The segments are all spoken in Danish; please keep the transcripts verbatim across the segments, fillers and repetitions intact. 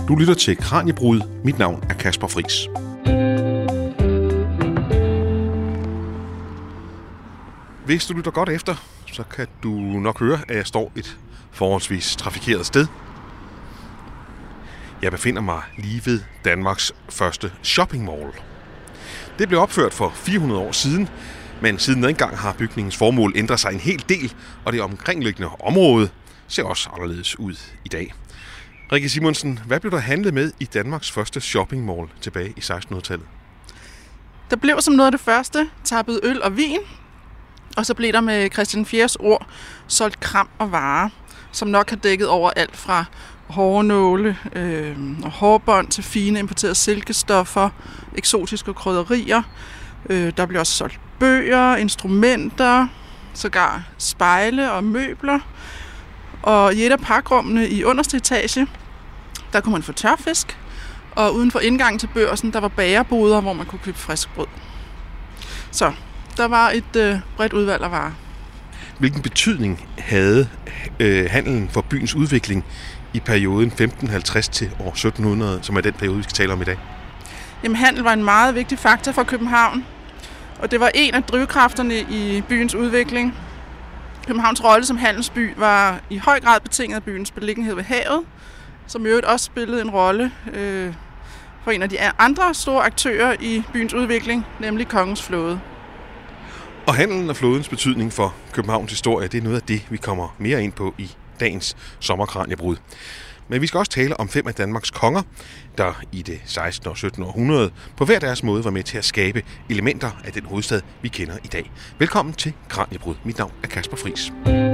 Du lytter til Kraniebrud. Mit navn er Kasper Friis. Hvis du lytter godt efter, så kan du nok høre, at jeg står et forholdsvis trafikeret sted. Jeg befinder mig lige ved Danmarks første shopping mall. Det blev opført for fire hundrede år siden, men siden dengang har bygningens formål ændret sig en hel del, og det omkringliggende område ser også anderledes ud i dag. Rikke Simonsen, hvad blev der handlet med i Danmarks første shopping mall tilbage i sekstenhundredetallet? Der blev som noget af det første tappet øl og vin, og så blev der med Christian den fjerdes ord solgt kram og varer, som nok har dækket over alt fra hårnåle øh, og hårbånd til fine importerede silkestoffer, eksotiske krydderier. Øh, der blev også solgt bøger, instrumenter, sågar spejle og møbler. Og i et af pakrummene i underste etage, der kunne man få tørfisk, og uden for indgangen til Børsen, der var bagerboder, hvor man kunne købe frisk brød. Så der var et øh, bredt udvalg af varer. Hvilken betydning havde øh, handelen for byens udvikling i perioden femten halvtreds til år sytten hundrede, som er den periode, vi skal tale om i dag? Jamen, handel var en meget vigtig faktor for København, og det var en af drivkræfterne i byens udvikling. Københavns rolle som handelsby var i høj grad betinget af byens beliggenhed ved havet, som i øvrigt også spillede en rolle øh, for en af de andre store aktører i byens udvikling, nemlig Kongens Flåde. Og handelen og flådens betydning for Københavns historie, det er noget af det, vi kommer mere ind på i dagens sommerkraniebrud. Men vi skal også tale om fem af Danmarks konger, der i det sekstende og syttende århundrede på hver deres måde var med til at skabe elementer af den hovedstad, vi kender i dag. Velkommen til Kraniebrud. Mit navn er Kasper Friis.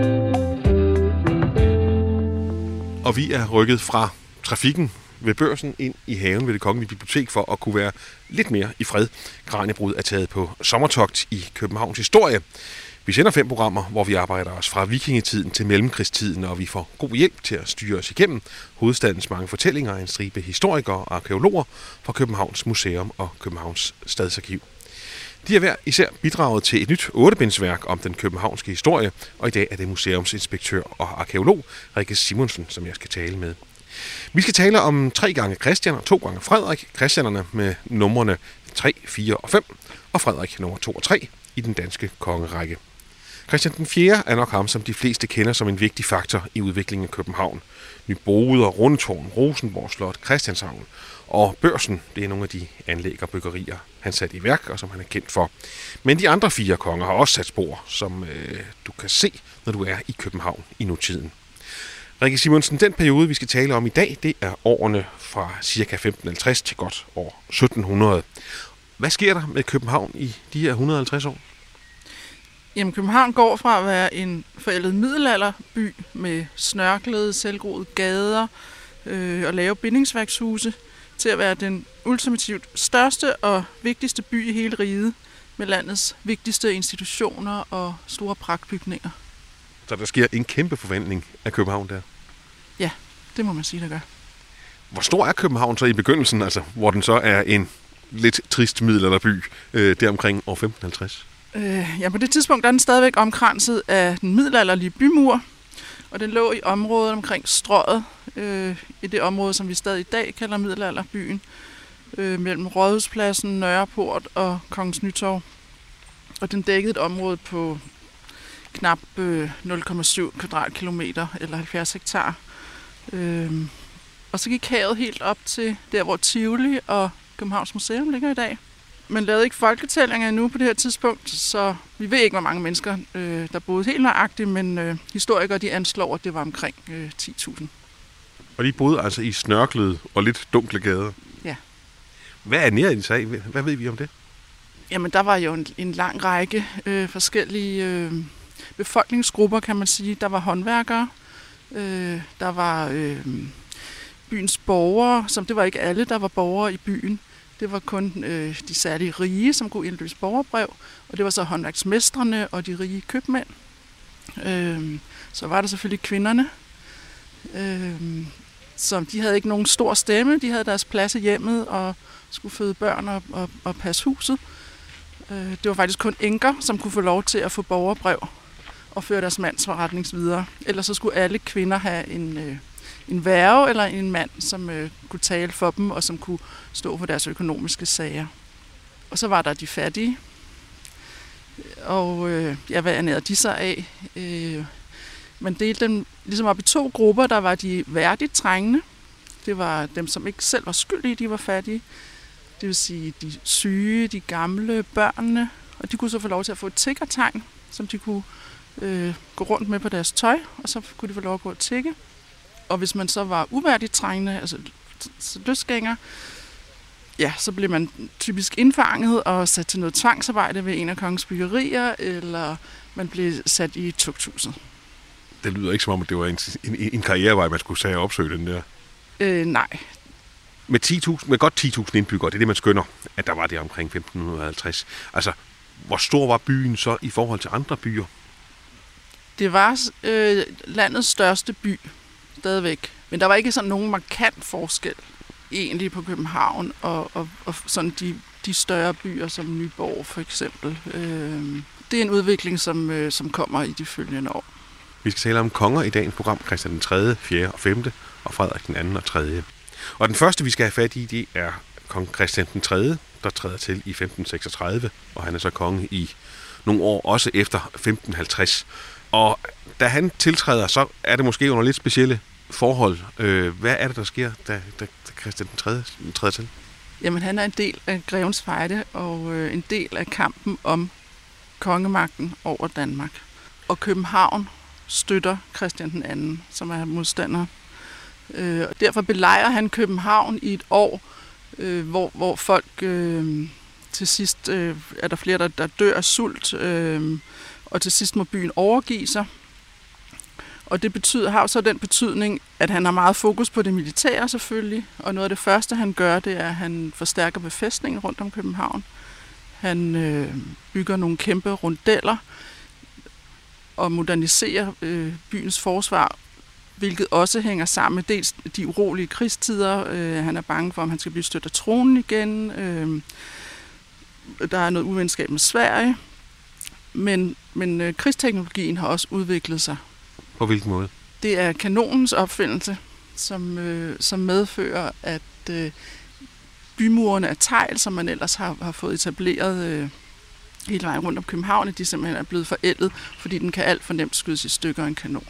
Og vi er rykket fra trafikken ved Børsen ind i haven ved Det Kongelige Bibliotek for at kunne være lidt mere i fred. Kraniebrud er taget på sommertogt i Københavns historie. Vi sender fem programmer, hvor vi arbejder os fra vikingetiden til mellemkrigstiden, og vi får god hjælp til at styre os igennem hovedstadens mange fortællinger af en stribe historikere og arkeologer fra Københavns Museum og Københavns Stadsarkiv. De har hver især bidraget til et nyt ottebindsværk om den københavnske historie, og i dag er det museumsinspektør og arkeolog Rikke Simonsen, som jeg skal tale med. Vi skal tale om tre gange Christian og to gange Frederik, Christianerne med numrene tre, fire og fem, og Frederik nummer to og tre i den danske kongerække. Christian den fjerde er nok ham, som de fleste kender som en vigtig faktor i udviklingen af København. Nyboder, Rundetårn, Rosenborg Slot, Christianshavn og Børsen, det er nogle af de anlæg og byggerier, han satte i værk, og som han er kendt for. Men de andre fire konger har også sat spor, som øh, du kan se, når du er i København i nutiden. Rikke Simonsen, den periode, vi skal tale om i dag, det er årene fra ca. femten halvtreds til godt år sytten hundrede. Hvad sker der med København i de her et hundrede og halvtreds år? Jamen, København går fra at være en forældet middelalderby med snørklede, selvgroede gader øh, og lave bindingsværkshuse til at være den ultimativt største og vigtigste by i hele riget med landets vigtigste institutioner og store pragtbygninger. Så der sker en kæmpe forvandling af København der? Ja, det må man sige, der gør. Hvor stor er København så i begyndelsen, altså hvor den så er en lidt trist middelalderby øh, der omkring år femten halvtreds? Øh, ja, på det tidspunkt er den stadigvæk omkranset af den middelalderlige bymur, og den lå i området omkring Strøget, øh, i det område, som vi stadig i dag kalder middelalderbyen, øh, mellem Rådhuspladsen, Nørreport og Kongens Nytorv. Og den dækkede et område på knap øh, nul komma syv kvadratkilometer eller halvfjerds hektar. Øh, og så gik havet helt op til der, hvor Tivoli og Københavns Museum ligger i dag. Man lavede ikke folketællinger endnu på det her tidspunkt, så vi ved ikke, hvor mange mennesker, øh, der boede helt nøjagtigt, men øh, historikere de anslår, at det var omkring øh, ti tusind. Og de boede altså i snørklede og lidt dunkle gader? Ja. Hvad er næret sig? Hvad ved vi om det? Jamen, der var jo en, en lang række øh, forskellige øh, befolkningsgrupper, kan man sige. Der var håndværkere, øh, der var øh, byens borgere, som det var ikke alle, der var borgere i byen. Det var kun øh, de særlige rige, som kunne indløse borgerbrev, og det var så håndværksmestrene og de rige købmænd. Øh, så var der selvfølgelig kvinderne, øh, som de havde ikke nogen stor stemme. De havde deres plads i hjemmet og skulle føde børn og, og, og passe huset. Øh, det var faktisk kun enker, som kunne få lov til at få borgerbrev og føre deres mands forretning videre. Ellers så skulle alle kvinder have en, øh, en værge eller en mand, som øh, kunne tale for dem, og som kunne stå for deres økonomiske sager. Og så var der de fattige. Og øh, ja, hvad ernærede de sig af? Øh, man delte dem ligesom op i to grupper. Der var de værdigt trængende. Det var dem, som ikke selv var skyldige, de var fattige. Det vil sige de syge, de gamle, børnene. Og de kunne så få lov til at få et tiggertegn, som de kunne øh, gå rundt med på deres tøj, og så kunne de få lov at gå og tigge. Og hvis man så var uværdigt trængende, altså løsgænger, ja, så blev man typisk indfanget og sat til noget tvangsarbejde ved en af kongens byggerier, eller man blev sat i tugthuset. Det lyder ikke som om, at det var en, en, en karrierevej, man skulle sige og opsøge den der. Øh, nej. Med, ti tusind, med godt ti tusind indbyggere, det er det, man skønner, at der var det omkring femten halvtreds. Altså, hvor stor var byen så i forhold til andre byer? Det var øh, landets største by, stadigvæk. Men der var ikke sådan nogen markant forskel egentlig på København og, og, og sådan de, de større byer som Nyborg for eksempel. Øh, det er en udvikling, som, øh, som kommer i de følgende år. Vi skal tale om konger i dagens program, Christian den tredje, fjerde og femte, og Frederik den anden og tredje. Og den første, vi skal have fat i, det er kong Christian den tredje, der træder til i femten seksogtredive, og han er så konge i nogle år også efter femten halvtreds. Og da han tiltræder, så er det måske under lidt specielle forhold. Hvad er det, der sker, da, da Christian den tredje træder til? Jamen, han er en del af Grevens Fejde og øh, en del af kampen om kongemagten over Danmark. Og København støtter Christian den anden, som er modstander. Øh, og derfor belejrer han København i et år, øh, hvor, hvor folk øh, til sidst øh, er der flere, der, der dør af sult, øh, og til sidst må byen overgive sig. Og det betyder, har jo så den betydning, at han har meget fokus på det militære selvfølgelig, og noget af det første, han gør, det er, at han forstærker befæstningen rundt om København. Han øh, bygger nogle kæmpe rondeller og moderniserer øh, byens forsvar, hvilket også hænger sammen med dels de urolige krigstider. Øh, han er bange for, om han skal blive stødt af tronen igen. Øh, der er noget uvenskab med Sverige. Men, men øh, krigsteknologien har også udviklet sig. På hvilken måde? Det er kanonens opfindelse, som, øh, som medfører, at øh, bymurene af tegl, som man ellers har, har fået etableret øh, hele vejen rundt om København, at de simpelthen er blevet forældet, fordi den kan alt for nemt skydes i stykker af en kanon.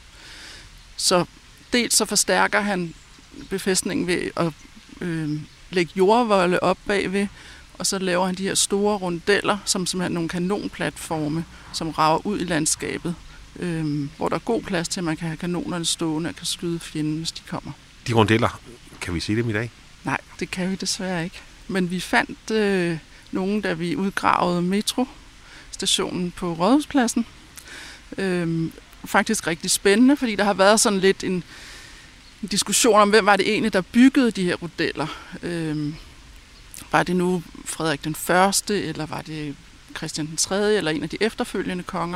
Så dels så forstærker han befæstningen ved at øh, lægge jordvolde op bagved, og så laver han de her store rondeller, som simpelthen er nogle kanonplatforme, som rager ud i landskabet, øh, hvor der er god plads til, at man kan have kanonerne stående og kan skyde fjenden, hvis de kommer. De rondeller, kan vi se dem i dag? Nej, det kan vi desværre ikke. Men vi fandt øh, nogle, da vi udgravede metrostationen på Rådhuspladsen. Øh, faktisk rigtig spændende, fordi der har været sådan lidt en, en diskussion om, hvem var det egentlig, der byggede de her rondeller. Øh, var det nu Frederik den første, eller var det Christian den tredje, eller en af de efterfølgende konger?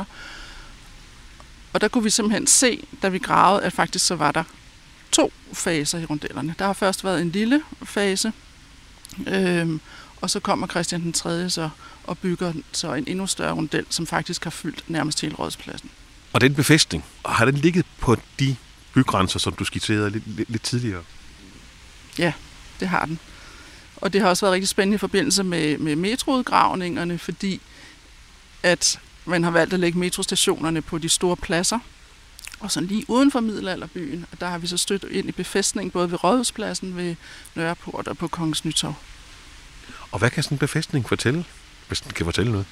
Og der kunne vi simpelthen se, da vi gravede, at faktisk så var der to faser i rondellerne. Der har først været en lille fase, øhm, og så kommer Christian den tredje så og bygger så en endnu større rondel, som faktisk har fyldt nærmest hele Rådhuspladsen. Og den befæstning, har den ligget på de bygrænser, som du skitserede lidt, lidt, lidt tidligere? Ja, det har den. Og det har også været rigtig spændende i forbindelse med, med metroudgravningerne, fordi at man har valgt at lægge metrostationerne på de store pladser, og så lige uden for middelalderbyen. Og der har vi så stødt ind i befæstning, både ved Rådhuspladsen, ved Nørreport og på Kongens Nytorv. Og hvad kan sådan en befæstning fortælle, hvis den kan fortælle noget?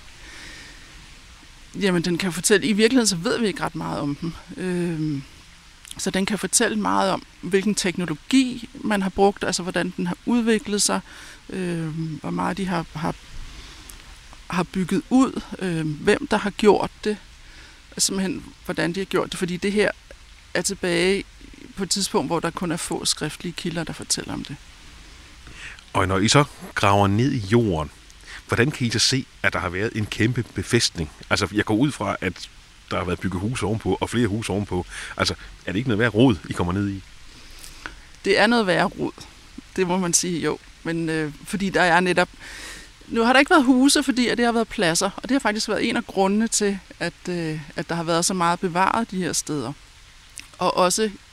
Jamen, den kan fortælle, i virkeligheden så ved vi ikke ret meget om den. Øhm, så den kan fortælle meget om, hvilken teknologi man har brugt, altså hvordan den har udviklet sig, øhm, hvor meget de har, har, har bygget ud, øhm, hvem der har gjort det, simpelthen hvordan de har gjort det, fordi det her er tilbage på et tidspunkt, hvor der kun er få skriftlige kilder, der fortæller om det. Og når I så graver ned i jorden, hvordan kan I så se, at der har været en kæmpe befæstning? Altså, jeg går ud fra, at der har været bygget hus ovenpå, og flere hus ovenpå. Altså, er det ikke noget værd rod, I kommer ned i? Det er noget værd rod. Det må man sige, jo. Men øh, fordi der er netop... Nu har der ikke været huse, fordi at det har været pladser, og det har faktisk været en af grundene til, at, øh, at der har været så meget bevaret de her steder. Og også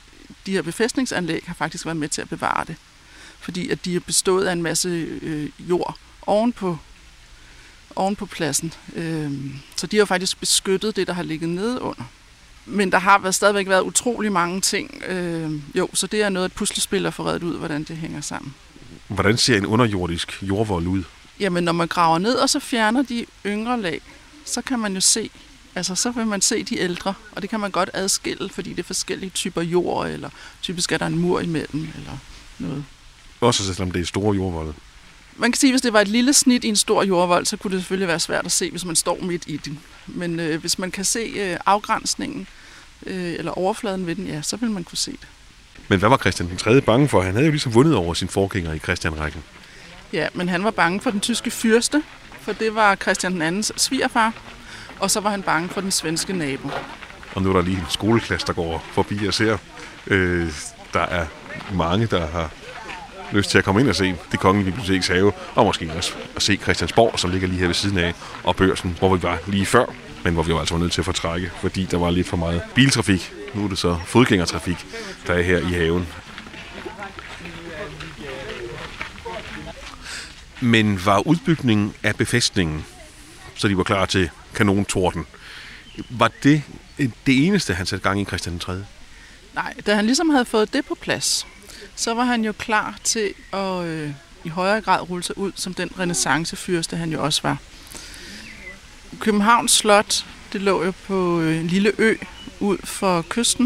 de her befæstningsanlæg har faktisk været med til at bevare det. Fordi at de er bestået af en masse øh, jord oven på, oven på pladsen. Øh, så de har faktisk beskyttet det, der har ligget nede under. Men der har været, stadigvæk været utrolig mange ting. Øh, jo, så det er noget, at puslespil er forredet ud, hvordan det hænger sammen. Hvordan ser en underjordisk jordvold ud? Jamen, når man graver ned, og så fjerner de yngre lag, så kan man jo se, altså så vil man se de ældre, og det kan man godt adskille, fordi det er forskellige typer jord, eller typisk er der en mur imellem, eller noget. Også selvom det er store jordvolde. Man kan sige, at hvis det var et lille snit i en stor jordvold, så kunne det selvfølgelig være svært at se, hvis man står midt i den. Men øh, hvis man kan se øh, afgrænsningen, øh, eller overfladen ved den, ja, så vil man kunne se det. Men hvad var Christian den tredje bange for? Han havde jo ligesom vundet over sin forgænger i Christian-rækken. Ja, men han var bange for den tyske fyrste, for det var Christian den andens svigerfar, og så var han bange for den svenske nabo. Og nu er der lige en skoleklasse, der går forbi og ser. Øh, der er mange, der har lyst til at komme ind og se Det Kongelige Biblioteks have, og måske også at se Christiansborg, som ligger lige her ved siden af, og Børsen, hvor vi var lige før, men hvor vi var altså nødt til at fortrække, fordi der var lidt for meget biltrafik. Nu er det så fodgængertrafik, der er her i haven. Men var udbygningen af befæstningen, så de var klar til kanontorden, var det det eneste, han satte gang i Christian den tredje? Nej, da han ligesom havde fået det på plads, så var han jo klar til at øh, i højere grad rulle sig ud som den renæssancefyrste, han jo også var. Københavns Slot, det lå jo på en lille ø ud for kysten.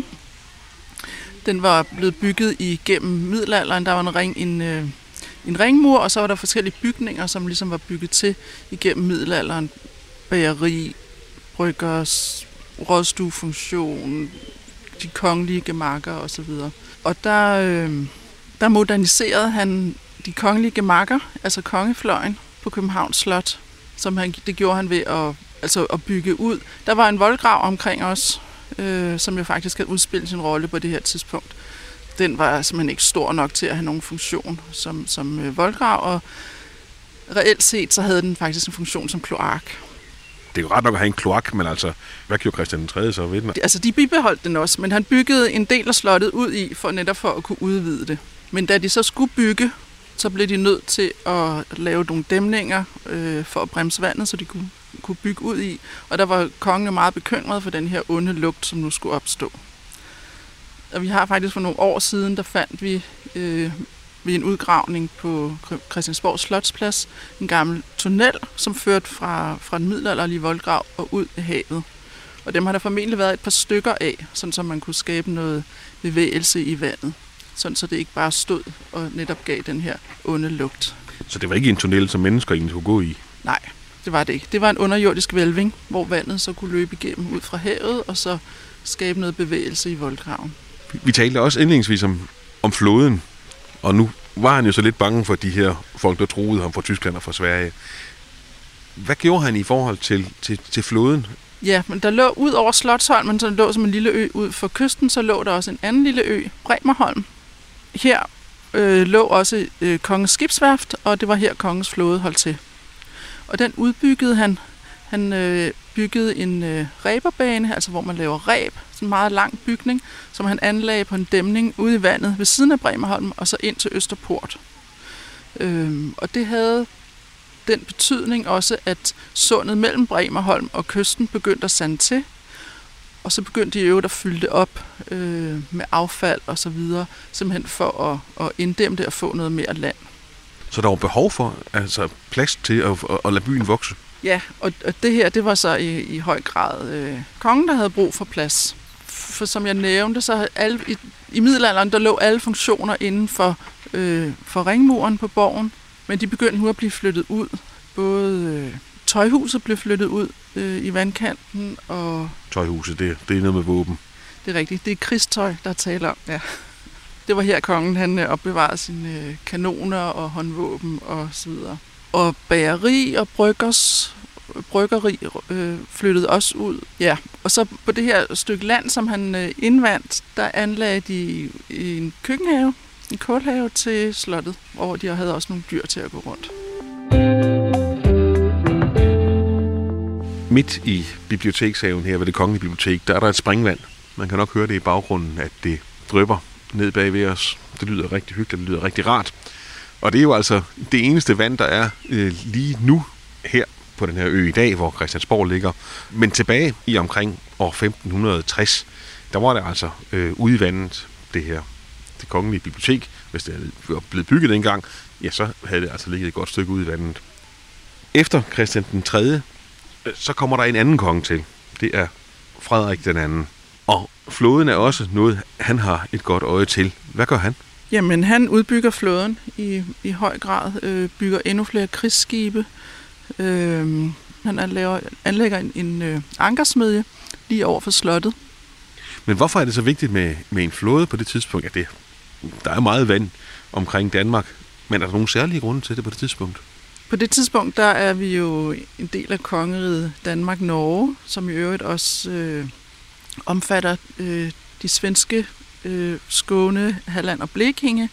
Den var blevet bygget igennem middelalderen. Der var en, ring, en, øh, en ringmur, og så var der forskellige bygninger, som ligesom var bygget til igennem middelalderen. Bageri, bryggers, rådstuefunktion, de kongelige gemakker osv. Og der, øh, der moderniserede han de kongelige gemakker, altså kongefløjen på Københavns Slot, som han, det gjorde han ved at, altså at bygge ud. Der var en voldgrav omkring os, øh, som jo faktisk havde udspillet sin rolle på det her tidspunkt. Den var simpelthen ikke stor nok til at have nogen funktion som, som øh, voldgrav, og reelt set så havde den faktisk en funktion som kloak. Det er jo ret nok at have en kloak, men altså, hvad gjorde Christian den tredje så ved den? Altså, de bibeholdt den også, men han byggede en del af slottet ud i, for netop for at kunne udvide det. Men da de så skulle bygge, så blev de nødt til at lave nogle dæmninger øh, for at bremse vandet, så de kunne, kunne bygge ud i. Og der var kongen meget bekymret for den her onde lugt, som nu skulle opstå. Og vi har faktisk for nogle år siden, der fandt vi øh, ved en udgravning på Christiansborg Slotsplads en gammel tunnel, som førte fra, fra den middelalderlige voldgrav og ud i havet. Og dem har der formentlig været et par stykker af, sådan så man kunne skabe noget bevægelse i vandet. Sådan så det ikke bare stod og netop gav den her onde lugt. Så det var ikke en tunnel, som mennesker egentlig kunne gå i? Nej, det var det ikke. Det var en underjordisk hvælving, hvor vandet så kunne løbe igennem ud fra havet, og så skabe noget bevægelse i voldgraven. Vi talte også indledningsvis om, om floden, og nu var han jo så lidt bange for de her folk, der troede ham fra Tyskland og fra Sverige. Hvad gjorde han i forhold til, til, til floden? Ja, men der lå ud over Slotsholmen, så lå som en lille ø ud for kysten, så lå der også en anden lille ø, Bremerholm. Her øh, lå også øh, kongens skibsværft, og det var her kongens flåde holdt til. Og den udbyggede han. Han øh, byggede en øh, ræberbane, altså hvor man laver ræb, sådan en meget lang bygning, som han anlagde på en dæmning ude i vandet ved siden af Bremerholm, og så ind til Østerport. Øhm, og det havde den betydning også, at sundet mellem Bremerholm og kysten begyndte at sande til, og så begyndte de øvrigt at fylde det op øh, med affald og så videre, simpelthen for at, at inddæmme det og få noget mere land. Så der var behov for altså plads til at, at, at lade byen vokse? Ja, og, og det her, det var så i, i høj grad øh, kongen, der havde brug for plads. For som jeg nævnte, så alle, i, i middelalderen, der lå alle funktioner inden for, øh, for ringmuren på borgen, men de begyndte nu at blive flyttet ud. Både øh, tøjhuset blev flyttet ud øh, i vandkanten, og... Tøjhuset, det, det er noget med våben. Det er rigtigt, det er krigstøj, der taler om, ja. Det var her kongen, han øh, opbevarede sine øh, kanoner og håndvåben og så videre. Og bageri og bryggers, bryggeri øh, flyttede også ud. Ja, og så på det her stykke land, som han øh, indvandt, der anlagde de en køkkenhave, en kålhave til slottet, hvor de havde også nogle dyr til at gå rundt. Midt i bibliotekshaven her ved Det Kongelige Bibliotek, der er der et springvand. Man kan nok høre det i baggrunden, at det drypper ned bag ved os. Det lyder rigtig hyggeligt, det lyder rigtig rart. Og det er jo altså det eneste vand, der er øh, lige nu her på den her ø i dag, hvor Christiansborg ligger. Men tilbage i omkring år femten tres, der var det altså øh, ude i vandet, det her det kongelige bibliotek. Hvis det var blevet bygget dengang, ja, så havde det altså ligget et godt stykke ude i vandet. Efter Christian den tredje, øh, så kommer der en anden konge til. Det er Frederik den anden. Og flåden er også noget, han har et godt øje til. Hvad gør han? Jamen, han udbygger flåden i, i høj grad, øh, bygger endnu flere krigsskibe. Øh, han anlægger, anlægger en, en øh, ankersmedje lige over for slottet. Men hvorfor er det så vigtigt med, med en flåde på det tidspunkt? Ja, det, der er meget vand omkring Danmark, men er der nogle særlige grunde til det på det tidspunkt? På det tidspunkt, der er vi jo en del af kongeriget Danmark-Norge, som i øvrigt også øh, omfatter øh, de svenske øh, Skåne, Halland og Blekinge.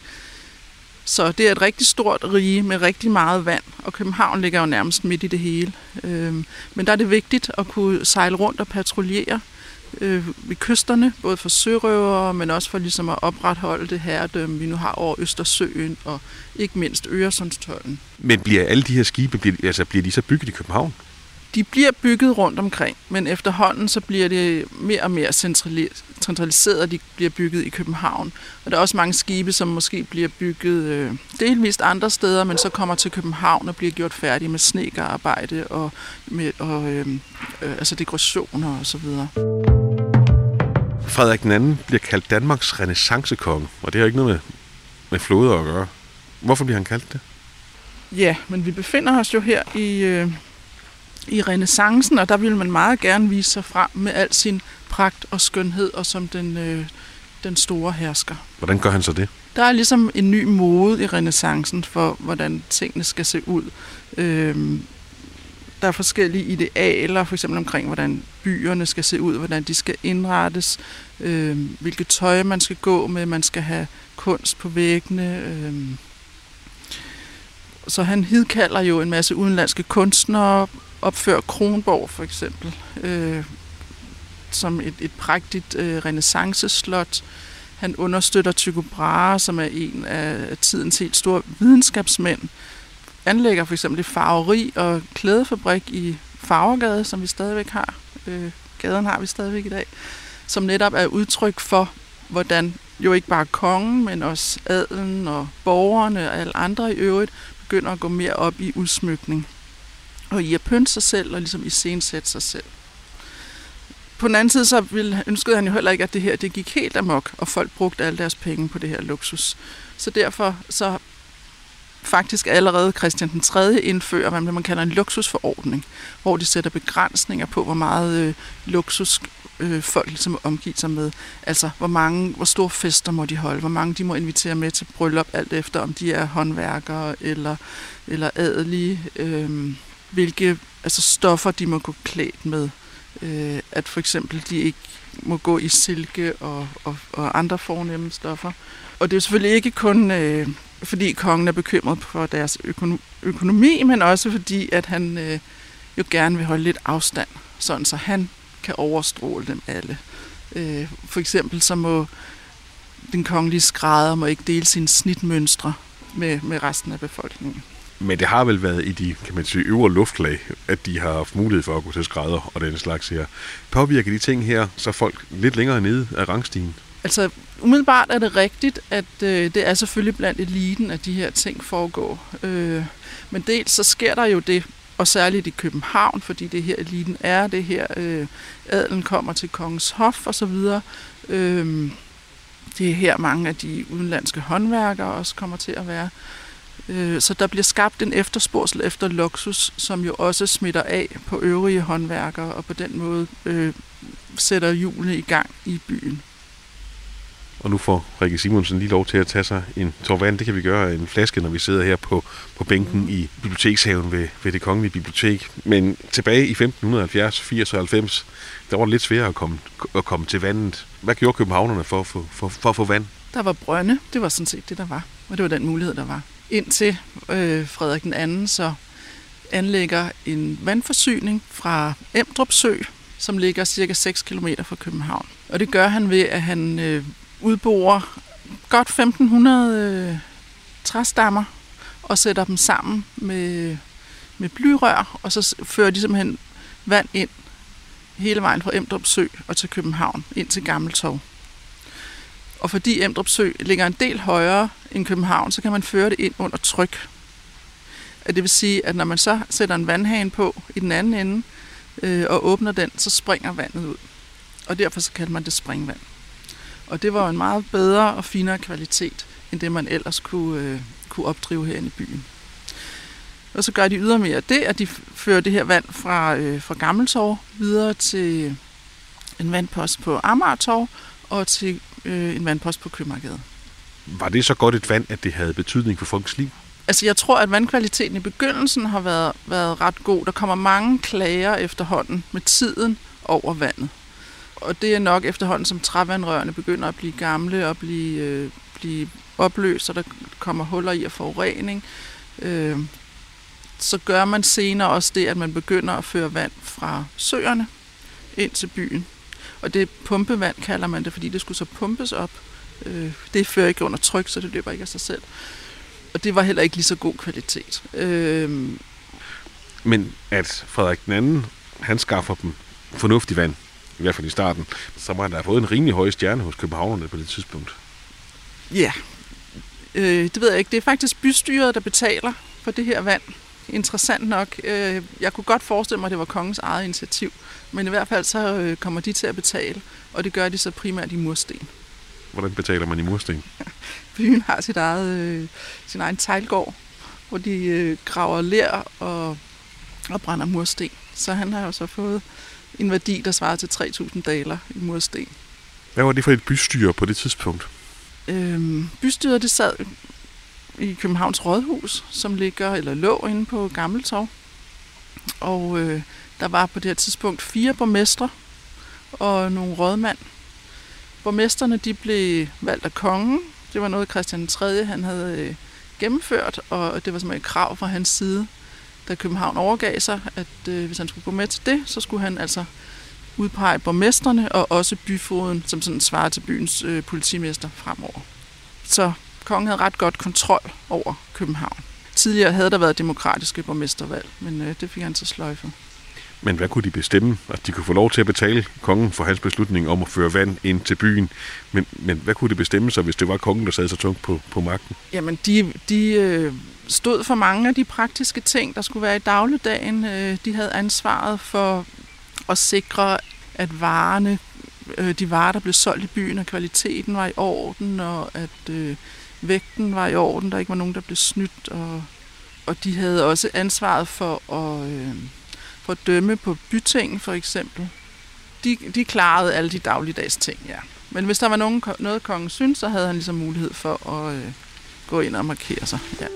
Så det er et rigtig stort rige med rigtig meget vand, og København ligger jo nærmest midt i det hele. Øh, men der er det vigtigt at kunne sejle rundt og patruljere øh, ved kysterne, både for sørøvere, men også for ligesom at opretholde det herredømme, vi nu har over Østersøen og ikke mindst Øresundstolden. Men bliver alle de her skibe, bliver, altså bliver de så bygget i København? De bliver bygget rundt omkring, men efterhånden så bliver det mere og mere centraliseret, og de bliver bygget i København. Og der er også mange skibe, som måske bliver bygget øh, delvist andre steder, men så kommer til København og bliver gjort færdige med snedkerarbejde og med og, øh, øh, altså dekorationer og så videre. Frederik den anden bliver kaldt Danmarks renæssancekonge, og det har ikke noget med, med flåder at gøre. Hvorfor bliver han kaldt det? Ja, men vi befinder os jo her i... Øh, i renæssancen, og der ville man meget gerne vise sig frem med al sin pragt og skønhed, og som den, øh, den store hersker. Hvordan gør han så det? Der er ligesom en ny mode i renæssancen for, hvordan tingene skal se ud. Øh, der er forskellige idealer, for eksempel omkring, hvordan byerne skal se ud, hvordan de skal indrettes, øh, hvilket tøj man skal gå med, man skal have kunst på væggene. Øh. Så han hidkalder jo en masse udenlandske kunstnere, opfører Kronborg for eksempel, øh, som et, et prægtigt øh, renæssanceslot. Han understøtter Tycho Brahe, som er en af tidens helt store videnskabsmænd. Anlægger for eksempel et farveri og klædefabrik i Farvergade, som vi stadigvæk har. Øh, gaden har vi stadigvæk i dag. Som netop er udtryk for, hvordan jo ikke bare kongen, men også adelen og borgerne og alle andre i øvrigt begynder at gå mere op i udsmykning. Og i at pynte sig selv og ligesom iscenesætte sig selv. På den anden side så ville, ønskede han jo heller ikke, at det her det gik helt amok, og folk brugte alle deres penge på det her luksus. Så derfor så faktisk allerede Christian den tredje indfører, hvad man kalder en luksusforordning, hvor de sætter begrænsninger på, hvor meget øh, luksus øh, folk ligesom omgiver sig med. Altså, hvor mange, hvor store fester må de holde, hvor mange de må invitere med til bryllup, alt efter om de er håndværkere eller, eller adelige, øh, hvilke altså stoffer de må gå klædt med. Øh, at for eksempel de ikke må gå i silke og, og, og andre fornemme stoffer. Og det er jo selvfølgelig ikke kun øh, fordi kongen er bekymret for deres økono- økonomi, men også fordi, at han øh, jo gerne vil holde lidt afstand, sådan så han kan overstråle dem alle. Øh, for eksempel så må den kongelige skrædder må ikke dele sine snitmønstre med, med resten af befolkningen. Men det har vel været i de, kan man sige, øvre luftlag, at de har haft mulighed for at gå til skrædder og den slags her. Påvirker de ting her, så folk lidt længere nede af rangstigen? Altså, umiddelbart er det rigtigt, at øh, det er selvfølgelig blandt eliten, at de her ting foregår. Øh, men dels så sker der jo det, og særligt i København, fordi det her eliten er, det her øh, adelen kommer til kongens hof og så videre. Øh, det er her mange af de udenlandske håndværkere også kommer til at være. Øh, så der bliver skabt en efterspørgsel efter luksus, som jo også smitter af på øvrige håndværkere, og på den måde øh, sætter hjulene i gang i byen. Og nu får Rikke Simonsen lige lov til at tage sig en tår vand. Det kan vi gøre af en flaske, når vi sidder her på, på bænken i bibliotekshaven ved, ved det kongelige bibliotek. Men tilbage i femten halvfjerds, firs og halvfems, der var det lidt sværere at komme, at komme til vandet. Hvad gjorde københavnerne for, for, for, for at få vand? Der var brønde. Det var sådan set det, der var. Og det var den mulighed, der var. Indtil øh, Frederik den anden så anlægger en vandforsyning fra Emdrup Sø, som ligger cirka seks kilometer fra København. Og det gør han ved, at han øh, udborer godt femten hundrede øh, træstammer og sætter dem sammen med, med blyrør, og så fører de simpelthen vand ind hele vejen fra Emdrup Sø og til København, ind til Gammeltorv. Og fordi Emdrup Sø ligger en del højere end København, så kan man føre det ind under tryk. Det vil sige, at når man så sætter en vandhane på i den anden ende øh, og åbner den, så springer vandet ud. Og derfor så kalder man det springvand. Og det var en meget bedre og finere kvalitet, end det man ellers kunne, øh, kunne opdrive herinde i byen. Og så gør de ydermere det, at de fører det her vand fra, øh, fra Gammeltorv videre til en vandpost på Amagertorv og til øh, en vandpost på Købmagergade. Var det så godt et vand, at det havde betydning for folks liv? Altså jeg tror, at vandkvaliteten i begyndelsen har været, været ret god. Der kommer mange klager efterhånden med tiden over vandet. Og det er nok efterhånden, som trævandrørene begynder at blive gamle og blive, øh, blive opløst, og der kommer huller i og forurening. Øh, så gør man senere også det, at man begynder at føre vand fra søerne ind til byen. Og det pumpevand kalder man det, fordi det skulle så pumpes op. Øh, det fører ikke under tryk, så det løber ikke af sig selv. Og det var heller ikke lige så god kvalitet. Øh, Men at Frederik den anden, han skaffer dem fornuftig vand, i hvert fald i starten, så må han da have fået en rimelig høj stjerne hos københavnerne på det tidspunkt. Ja, øh, det ved jeg ikke. Det er faktisk bystyret, der betaler for det her vand. Interessant nok. Øh, jeg kunne godt forestille mig, at det var kongens eget initiativ, men i hvert fald så øh, kommer de til at betale, og det gør de så primært i mursten. Hvordan betaler man i mursten? Byen har sit eget, øh, sin egen teglgård, hvor de øh, graver ler og, og brænder mursten. Så han har jo så fået en værdi, der svarer til tre tusind daler i mursten. Hvad var det for et bystyre på det tidspunkt? Øhm, bystyret det sad i Københavns Rådhus, som ligger eller lå inde på Gammeltorv. Og øh, der var på det her tidspunkt fire borgmestre og nogle rådmænd. Borgmestrene de blev valgt af kongen. Det var noget, Christian den tredje han havde øh, gennemført, og det var simpelthen et krav fra hans side, da København overgav sig, at øh, hvis han skulle gå med til det, så skulle han altså udpege borgmestrene og også byfogeden, som sådan svarer til byens øh, politimester fremover. Så kongen havde ret godt kontrol over København. Tidligere havde der været demokratiske borgmestervalg, men øh, det fik han så sløjfet. Men hvad kunne de bestemme? At de kunne få lov til at betale kongen for hans beslutning om at føre vand ind til byen. Men, men hvad kunne det bestemme sig, hvis det var kongen, der sad så tungt på, på magten? Jamen, de, de øh, stod for mange af de praktiske ting, der skulle være i dagligdagen. Øh, de havde ansvaret for at sikre, at varerne, øh, de varer, der blev solgt i byen, og kvaliteten var i orden, og at øh, vægten var i orden, der ikke var nogen, der blev snydt. Og, og de havde også ansvaret for at... Øh, for at dømme på byting, for eksempel. De, de klarede alle de dagligdags ting, ja. Men hvis der var nogen, noget, kongen syntes, så havde han ligesom mulighed for at øh, gå ind og markere sig. Ja.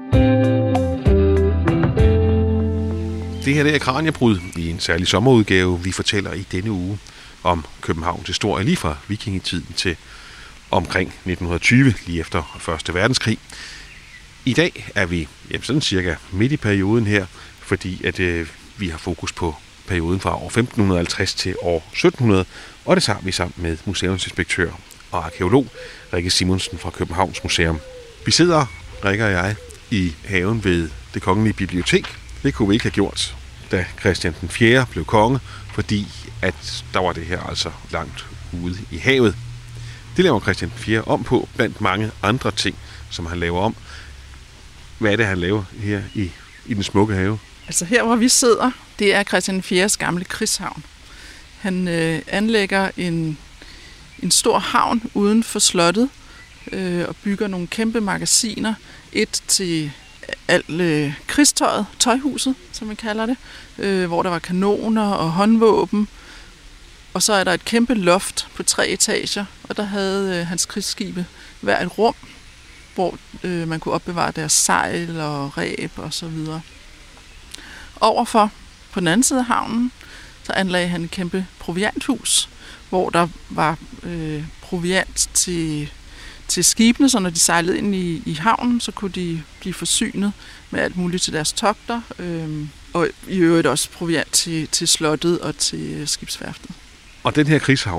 Det her det er Kraniebrud i en særlig sommerudgave. Vi fortæller i denne uge om Københavns historie lige fra vikingetiden til omkring nitten tyve, lige efter første verdenskrig. I dag er vi jamen, sådan cirka midt i perioden her, fordi at øh, vi har fokus på perioden fra år femten halvtreds til år sytten hundrede, og det tager vi sammen med museumsinspektør og arkeolog Rikke Simonsen fra Københavns Museum. Vi sidder, Rikke og jeg, i haven ved Det Kongelige Bibliotek. Det kunne vi ikke have gjort, da Christian den fjerde blev konge, fordi at der var det her altså langt ude i havet. Det laver Christian den fjerde om på, blandt mange andre ting, som han laver om. Hvad er det, han laver her i, i den smukke have? Altså her, hvor vi sidder, det er Christian den fjerdes gamle krigshavn. Han øh, anlægger en, en stor havn uden for slottet øh, og bygger nogle kæmpe magasiner. Et til alt øh, krigstøjet, tøjhuset, som man kalder det, øh, hvor der var kanoner og håndvåben. Og så er der et kæmpe loft på tre etager, og der havde øh, hans krigsskibe hver et rum, hvor øh, man kunne opbevare deres sejl og ræb og så videre. Overfor, på den anden side af havnen, så anlagde han et kæmpe provianthus, hvor der var øh, proviant til, til skibene, så når de sejlede ind i, i havnen, så kunne de blive forsynet med alt muligt til deres togter, øh, og i øvrigt også proviant til, til slottet og til skibsværftet. Og den her krigshavn,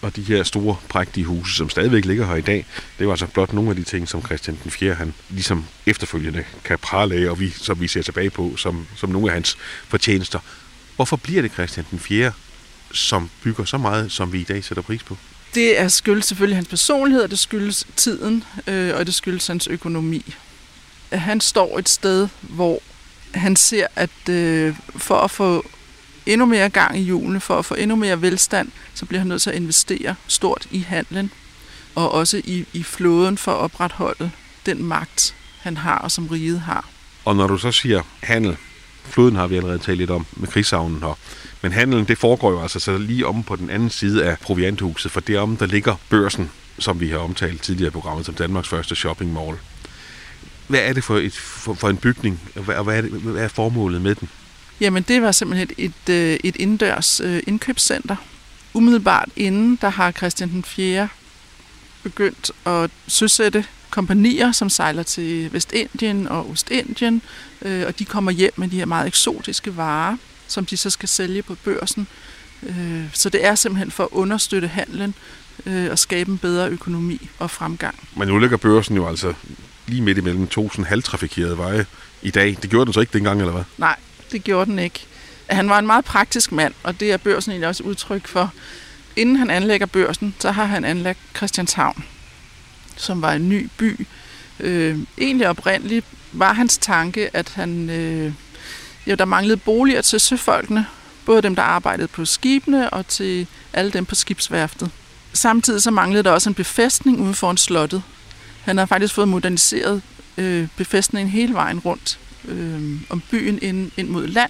og de her store, prægtige huse, som stadigvæk ligger her i dag, det var altså blot nogle af de ting, som Christian den fjerde, han ligesom efterfølgende kan prale af, og vi, som vi ser tilbage på, som, som nogle af hans fortjenester. Hvorfor bliver det Christian den fjerde, som bygger så meget, som vi i dag sætter pris på? Det er skyldes selvfølgelig hans personlighed, og det skyldes tiden, øh, og det skyldes hans økonomi. Han står et sted, hvor han ser, at øh, for at få endnu mere gang i hjulene, for at få endnu mere velstand, så bliver han nødt til at investere stort i handlen, og også i, i flåden for at opretholde den magt, han har, og som riget har. Og når du så siger handel, floden har vi allerede talt lidt om med krigshavnen her, men handelen, det foregår jo altså så lige om på den anden side af provianthuset, for derom der ligger Børsen, som vi har omtalt tidligere i programmet, som Danmarks første shopping mall. Hvad er det for, et, for, for en bygning, og hvad, hvad, er det, hvad er formålet med den? Jamen, det var simpelthen et, et, et indendørs indkøbscenter. Umiddelbart inden, der har Christian den fjerde begyndt at søsætte kompagnier, som sejler til Vestindien og Ostindien, øh, og de kommer hjem med de her meget eksotiske varer, som de så skal sælge på børsen. Øh, så det er simpelthen for at understøtte handlen øh, og skabe en bedre økonomi og fremgang. Men nu ligger Børsen jo altså lige midt imellem to sådan halvtrafikerede veje i dag. Det gjorde den så ikke dengang, eller hvad? Nej, det gjorde den ikke. Han var en meget praktisk mand, og det er Børsen egentlig også udtryk for. Inden han anlægger Børsen, så har han anlagt Christianshavn, som var en ny by. Øh, egentlig oprindeligt var hans tanke, at han, øh, jo, der manglede boliger til søfolkene, både dem, der arbejdede på skibene, og til alle dem på skibsværftet. Samtidig så manglede der også en befæstning ude foran slottet. Han har faktisk fået moderniseret øh, befæstningen hele vejen rundt øh, om byen ind, ind mod land,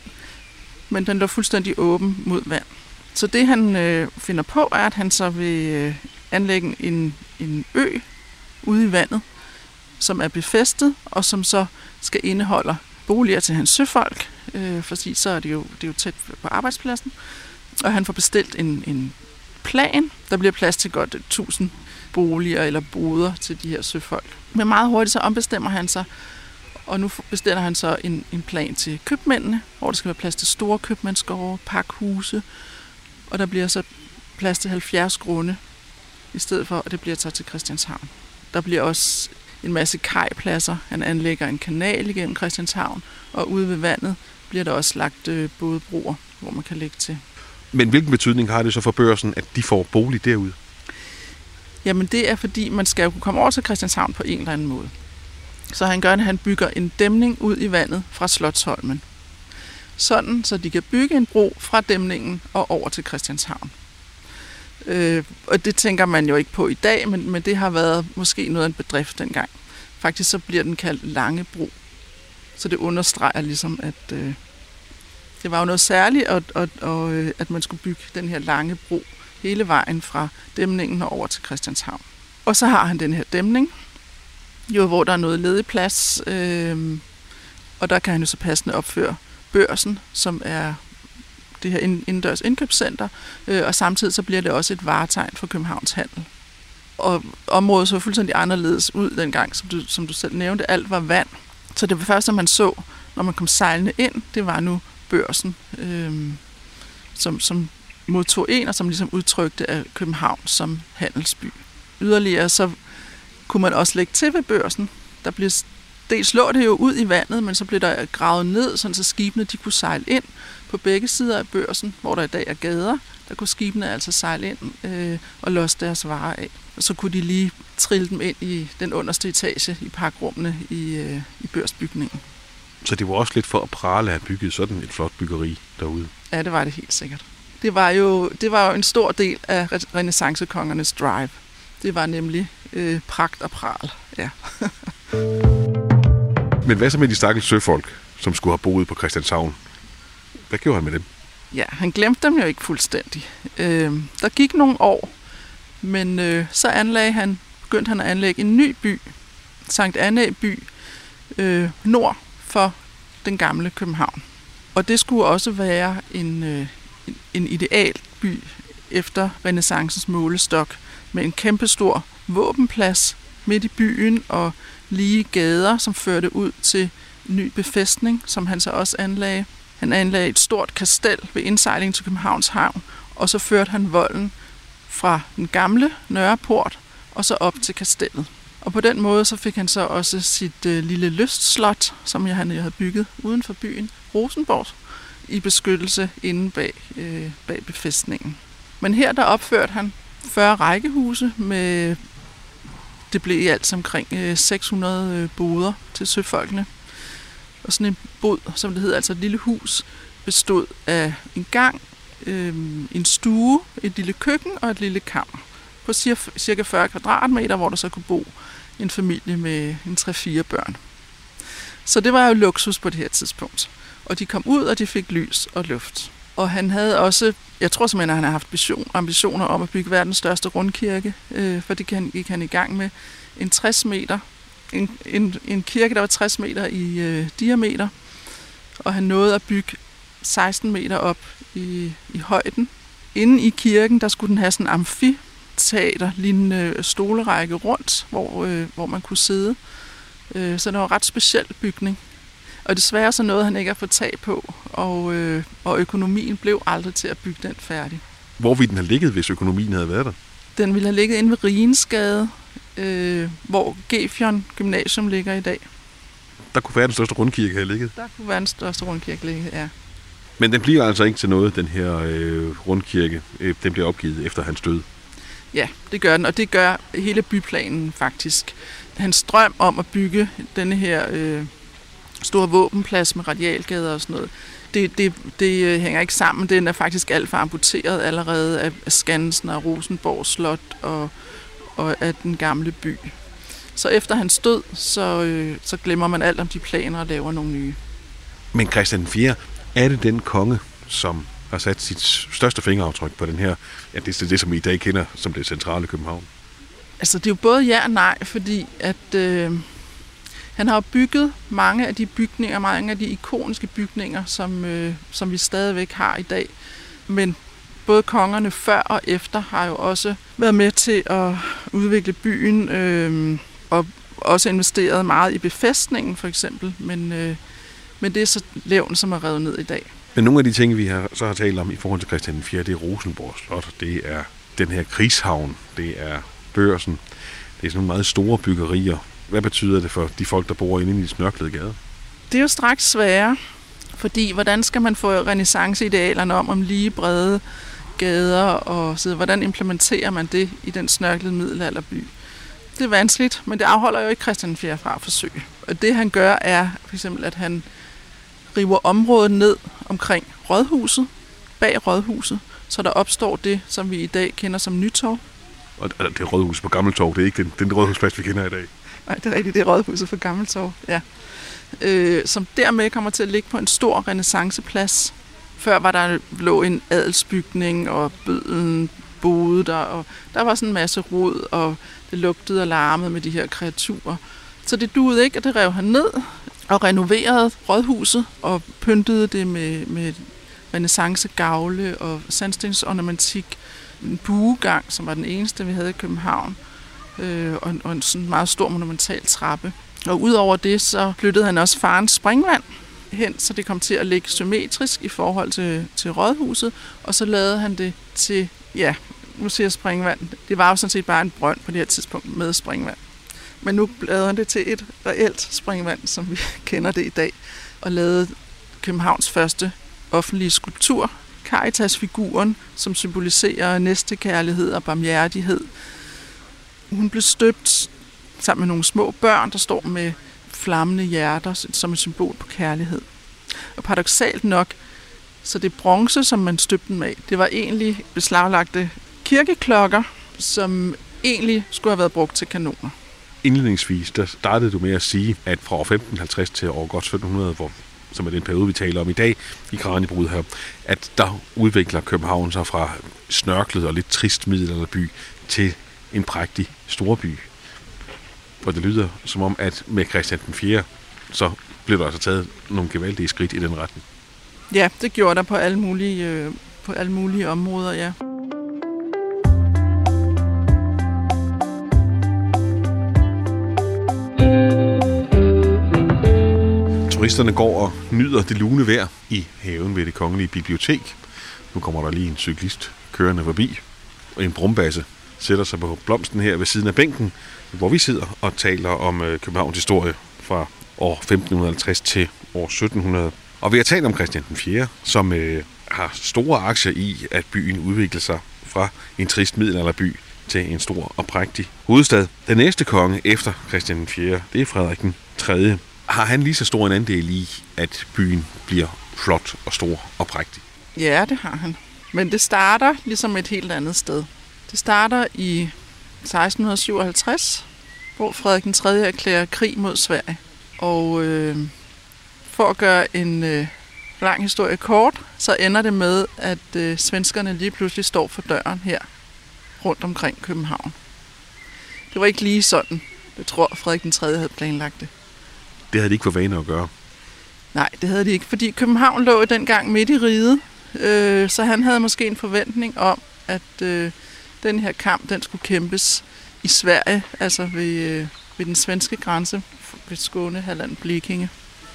men den lå fuldstændig åben mod vand. Så det han øh, finder på, er, at han så vil øh, anlægge en, en ø ude i vandet, som er befæstet, og som så skal indeholde boliger til hans søfolk, øh, fordi så er det, jo, det er jo tæt på arbejdspladsen. Og han får bestilt en, en plan, der bliver plads til godt tusind boliger eller boder til de her søfolk. Men meget hurtigt så ombestemmer han sig, og nu bestiller han så en, en plan til købmændene, hvor der skal være plads til store købmandsgårde, pakhuse, og der bliver så plads til halvfjerds grunde, i stedet for, at det bliver taget til Christianshavn. Der bliver også en masse kajpladser. Han anlægger en kanal igennem Christianshavn, og ude ved vandet bliver der også lagt øh, bådebroer, hvor man kan lægge til. Men hvilken betydning har det så for Børsen, at de får bolig derude? Jamen det er, fordi man skal jo kunne komme over til Christianshavn på en eller anden måde. Så han gør det, han bygger en dæmning ud i vandet fra Slotsholmen. Sådan, så de kan bygge en bro fra dæmningen og over til Christianshavn. Øh, og det tænker man jo ikke på i dag, men, men det har været måske noget af en bedrift dengang. Faktisk så bliver den kaldt Langebro. Så det understreger ligesom, at øh, det var jo noget særligt, og, og, og, øh, at man skulle bygge den her lange bro hele vejen fra dæmningen og over til Christianshavn. Og så har han den her dæmning, jo, hvor der er noget ledig plads, øh, og der kan han jo så passende opføre Børsen, som er det her indendørs indkøbscenter, øh, og samtidig så bliver det også et varetegn for Københavns handel. Og området så fuldstændig anderledes ud dengang, som du, som du selv nævnte. Alt var vand. Så det første, man så, når man kom sejlende ind, det var nu Børsen, øh, som, som modtog en, og som ligesom udtrykte af København som handelsby. Yderligere så kunne man også lægge til ved Børsen. Der blev dels lå det jo ud i vandet, men så blev der gravet ned, sådan så skibene de kunne sejle ind på begge sider af Børsen, hvor der i dag er gader. Der kunne skibene altså sejle ind øh, og losse deres varer af. Og så kunne de lige trille dem ind i den underste etage i parkrummene i, øh, i børsbygningen. Så det var også lidt for at prale at have bygget sådan et flot byggeri derude? Ja, det var det helt sikkert. Det var jo, det var jo en stor del af renæssancekongernes drive. Det var nemlig øh, pragt og pral, ja. Men hvad så med de stakkels søfolk, som skulle have boet på Christianshavn? Hvad gjorde han med dem? Ja, han glemte dem jo ikke fuldstændig. Øh, der gik nogle år, men øh, så anlagde han, begyndte han at anlægge en ny by, Sankt Annæ by, øh, nord for den gamle København. Og det skulle også være en, øh, en, en ideal by efter renæssancens målestok, med en kæmpestor våbenplads midt i byen og lige gader, som førte ud til ny befæstning, som han så også anlagde. Han anlagde et stort kastel ved indsejling til Københavns Havn, og så førte han volden fra den gamle Nørreport og så op til kastellet. Og på den måde så fik han så også sit øh, lille lystslot, som jeg, han havde bygget uden for byen, Rosenborg, i beskyttelse inde bag, øh, bag befæstningen. Men her der opførte han fyrre rækkehuse med, det blev i alt omkring øh, seks hundrede øh, boder til søfolkene. Og sådan en bod, som det hedder, altså et lille hus, bestod af en gang, øh, en stue, et lille køkken og et lille kammer på cirka fyrre kvadratmeter, hvor der så kunne bo en familie med en tre fire børn. Så det var jo luksus på det her tidspunkt. Og de kom ud, og de fik lys og luft. Og han havde også, jeg tror simpelthen, at han har haft vision, ambitioner om at bygge verdens største rundkirke, øh, for det gik han i gang med. En tres meter, en, en, en kirke, der var tres meter i øh, diameter, og han nåede at bygge seksten meter op i, i højden. Inde i kirken, der skulle den have sådan en amfiteater-lignende stolerække rundt, hvor, øh, hvor man kunne sidde. Øh, så det var en ret speciel bygning. Og desværre så nåede han ikke at få tag på, og, øh, og økonomien blev aldrig til at bygge den færdig. Hvor ville den have ligget, hvis økonomien havde været der? Den ville have ligget inde ved Rigensgade, øh, hvor Gefion Gymnasium ligger i dag. Der kunne verdens største rundkirke have ligget? Der kunne verdens største rundkirke ligge, ja. Men den bliver altså ikke til noget, den her øh, rundkirke. Øh, den bliver opgivet efter hans død. Ja, det gør den, og det gør hele byplanen faktisk. Hans drøm om at bygge denne her øh, store våbenplads med radialgader og sådan noget, det, det, det hænger ikke sammen. Den er faktisk alt for amputeret allerede af, af Skansen og Rosenborg Slot og, og af den gamle by. Så efter hans død, så, øh, så glemmer man alt om de planer og laver nogle nye. Men Christian den fjerde, er det den konge, som har sat sit største fingeraftryk på den her, ja, det er det, som vi i dag kender som det centrale København? Altså, det er jo både ja og nej, fordi at øh, han har bygget mange af de bygninger, mange af de ikoniske bygninger, som, øh, som vi stadigvæk har i dag. Men både kongerne før og efter har jo også været med til at udvikle byen, øh, og også investeret meget i befæstningen for eksempel, men, øh, men det er så levn, som er revet ned i dag. Men nogle af de ting, vi har, så har talt om i forhold til Christian den fjerde, det er Rosenborg Slot, det er den her krigshavn, det er Børsen, det er sådan nogle meget store byggerier. Hvad betyder det for de folk, der bor inde i de snørklede gader? Det er jo straks sværere, fordi hvordan skal man få renæssanceidealerne om, om lige brede gader, og så hvordan implementerer man det i den snørklede middelalderby? Det er vanskeligt, men det afholder jo ikke Christian den fjerde fra at forsøge. Og det han gør er for eksempel, at han river området ned omkring rådhuset, bag rådhuset, så der opstår det, som vi i dag kender som Nytorv. Og det er rådhuset på Gammeltorv, det er ikke den, den rådhusplads, vi kender i dag. Nej, det er rigtigt, det er rådhuset på Gammeltorv, ja. Øh, som dermed kommer til at ligge på en stor renæssanceplads. Før var der lå en adelsbygning, og bødlen boede der, og der var sådan en masse rod, og det lugtede og larmede med de her kreaturer. Så det duede ikke, og det rev han ned, og renoverede rådhuset, og pyntede det med, med renæssancegavle og sandstensornamentik. En buegang, som var den eneste, vi havde i København, øh, og, en, og en sådan meget stor monumental trappe. Og udover det, så flyttede han også farens springvand hen, så det kom til at ligge symmetrisk i forhold til, til rådhuset, og så lavede han det til, ja, nu siger jeg springvand, det var jo sådan set bare en brønd på det her tidspunkt med springvand. Men nu lavede han det til et reelt springvand, som vi kender det i dag, og lavede Københavns første offentlige skulptur, Caritas-figuren, som symboliserer næstekærlighed og barmhjertighed. Hun blev støbt sammen med nogle små børn, der står med flammende hjerter som et symbol på kærlighed. Og paradoksalt nok, så det bronze, som man støbte den med, det var egentlig beslaglagte kirkeklokker, som egentlig skulle have været brugt til kanoner. Indledningsvis, der startede du med at sige, at fra år femten halvtreds til år godt sytten hundrede, hvor, som er den periode, vi taler om i dag, i Kraniebrud her, at der udvikler København sig fra snørklet og lidt trist middelalderby til en prægtig storby. Og det lyder som om, at med Christian den fjerde, så blev der altså taget nogle gevaldige skridt i den retning. Ja, det gjorde der på alle mulige, øh, på alle mulige områder, ja. Turisterne går og nyder det lune vejr i haven ved Det Kongelige Bibliotek. Nu kommer der lige en cyklist kørende forbi. en brumbasse, sætter sig på blomsten her ved siden af bænken, hvor vi sidder og taler om øh, Københavns historie fra år femten halvtreds til år sytten hundrede. Og vi har talt om Christian den fjerde, som øh, har store aktier i, at byen udvikler sig fra en trist middelalderby til en stor og prægtig hovedstad. Den næste konge efter Christian den fjerde, det er Frederik den tredje. Har han lige så stor en andel i, at byen bliver flot og stor og prægtig? Ja, det har han. Men det starter ligesom et helt andet sted. Det starter i seksten syvoghalvtreds, hvor Frederik den tredje erklærer krig mod Sverige. Og øh, for at gøre en øh, lang historie kort, så ender det med, at øh, svenskerne lige pludselig står for døren her rundt omkring København. Det var ikke lige sådan, jeg tror Frederik den tredje havde planlagt det. Det havde de ikke for vane at gøre. Nej, det havde de ikke, fordi København lå dengang midt i riget, øh, så han havde måske en forventning om, at øh, den her kamp, den skulle kæmpes i Sverige, altså ved, øh, ved den svenske grænse, ved Skåne, Halland, Blekinge.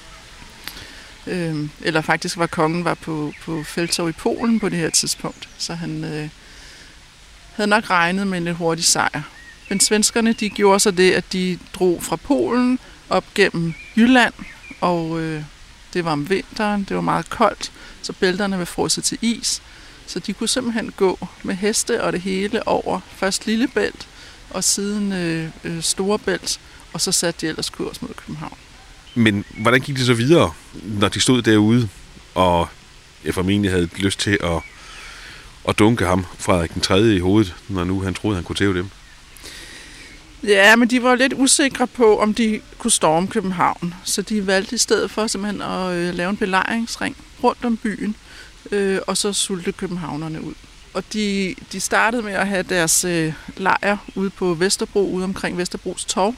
Øh, eller faktisk var kongen var på, på felttog i Polen på det her tidspunkt, så han øh, havde nok regnet med en lidt hurtig sejr. Men svenskerne, de gjorde så det, at de drog fra Polen op gennem Jylland, og øh, det var om vinteren, det var meget koldt, så bælterne var frosset til is, så de kunne simpelthen gå med heste og det hele over først Lillebælt og siden øh, øh, Storebælt, og så satte de ellers kurs mod København. Men hvordan gik det så videre, når de stod derude, og jeg formentlig havde lyst til at, at dunke ham, Frederik den tredje, i hovedet, når nu han troede, han kunne tæve dem? Ja, men de var lidt usikre på, om de kunne storme København, så de valgte i stedet for simpelthen at øh, lave en belejringsring rundt om byen, øh, og så sulte københavnerne ud. Og de, de startede med at have deres øh, lejr ude på Vesterbro, ude omkring Vesterbros Torv,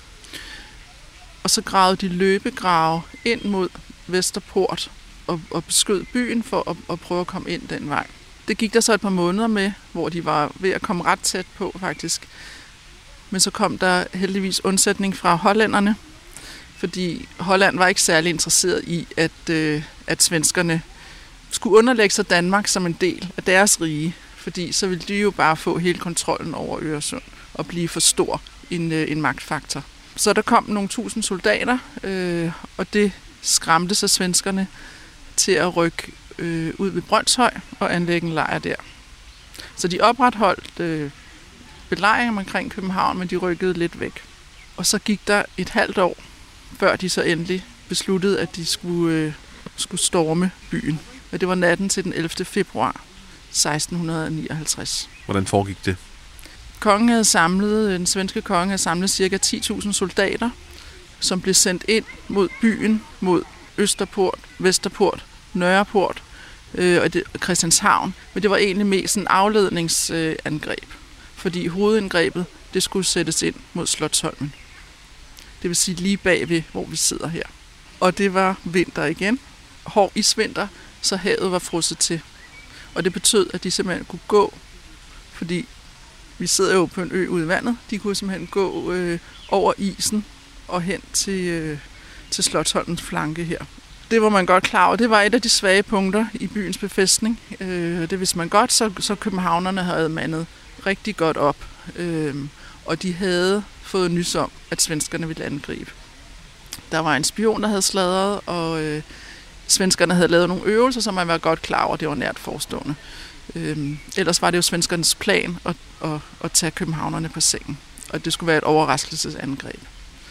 og så gravede de løbegrave ind mod Vesterport og, og beskød byen for at, at prøve at komme ind den vej. Det gik der så et par måneder med, hvor de var ved at komme ret tæt på faktisk. Men så kom der heldigvis undsætning fra hollænderne, fordi Holland var ikke særlig interesseret i, at, øh, at svenskerne skulle underlægge sig Danmark som en del af deres rige, fordi så ville de jo bare få hele kontrollen over Øresund og blive for stor en, øh, en magtfaktor. Så der kom nogle tusind soldater, øh, og det skræmte så svenskerne til at rykke øh, ud ved Brønshøj og anlægge en lejr der. Så de opretholdt øh, belejringen omkring København, men de rykkede lidt væk. Og så gik der et halvt år, før de så endelig besluttede, at de skulle, øh, skulle storme byen. Og det var natten til den ellevte februar seksten nioghalvtreds. Hvordan foregik det? Kongen havde samlet, den svenske konge havde samlet ca. ti tusind soldater, som blev sendt ind mod byen, mod Østerport, Vesterport, Nørreport øh, og, det, og Christianshavn. Men det var egentlig mest en afledningsangreb, øh, fordi hovedindgrebet det skulle sættes ind mod Slotsholmen. Det vil sige lige bagved, hvor vi sidder her. Og det var vinter igen. Hård isvinter, så havet var frosset til. Og det betød, at de simpelthen kunne gå, fordi vi sidder jo på en ø ude i vandet. De kunne simpelthen gå øh, over isen og hen til, øh, til Slotsholmens flanke her. Det var man godt klar over. Det var et af de svage punkter i byens befæstning. Øh, det vidste man godt, så, så københavnerne havde mandet rigtig godt op. Øh, og de havde fået nys om, at svenskerne ville angribe. Der var en spion, der havde sladret, og øh, svenskerne havde lavet nogle øvelser, som man var godt klar over, det var nært forestående. Øhm, ellers var det jo svenskernes plan at, at, at tage københavnerne på sengen, og det skulle være et overraskelsesangreb.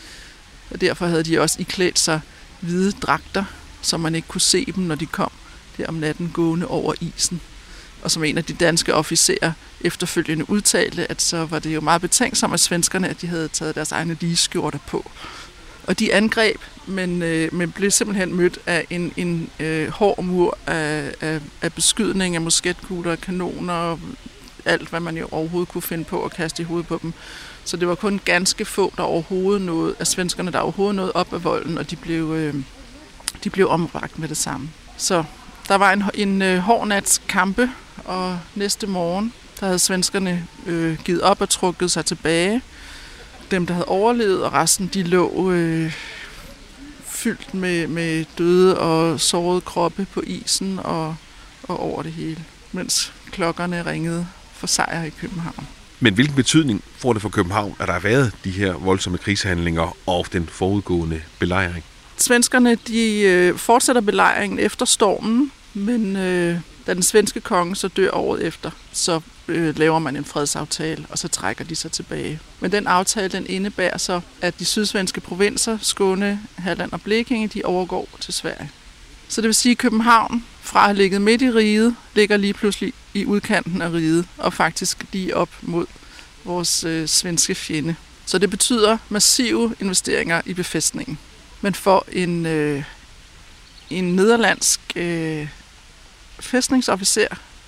Og derfor havde de også iklædt sig hvide dragter, så man ikke kunne se dem, når de kom der om natten gående over isen. Og som en af de danske officerer efterfølgende udtalte, at så var det jo meget betænksomt af svenskerne, at de havde taget deres egne ligeskjorter på. Og de angreb, men, øh, men blev simpelthen mødt af en, en øh, hård mur af, af, af beskydning af musketkugler, kanoner og alt, hvad man jo overhovedet kunne finde på at kaste i hovedet på dem. Så det var kun ganske få, der overhovedet nåede, af svenskerne, der overhovedet nåede op af volden, og de blev, øh, de blev ombragt med det samme. Så der var en, en øh, hård nats kampe, og næste morgen, der havde svenskerne øh, givet op og trukket sig tilbage. Dem, der havde overlevet, og resten, de lå øh, fyldt med, med døde og sårede kroppe på isen og, og over det hele, mens klokkerne ringede få sejr i København. Men hvilken betydning får det for København, at der har været de her voldsomme krigshandlinger og den forudgående belejring? Svenskerne de øh, fortsætter belejringen efter stormen, men øh, da den svenske konge så dør året efter, så øh, laver man en fredsaftale, og så trækker de sig tilbage. Men den aftale den indebærer så, at de sydsvenske provinser, Skåne, Halland og Blekinge, de overgår til Sverige. Så det vil sige, at København, fra at have ligget midt i riget, ligger lige pludselig i udkanten af riget, og faktisk lige op mod vores øh, svenske fjende. Så det betyder massive investeringer i befæstningen. Men for en, øh, en nederlandsk øh, fæstningsofficer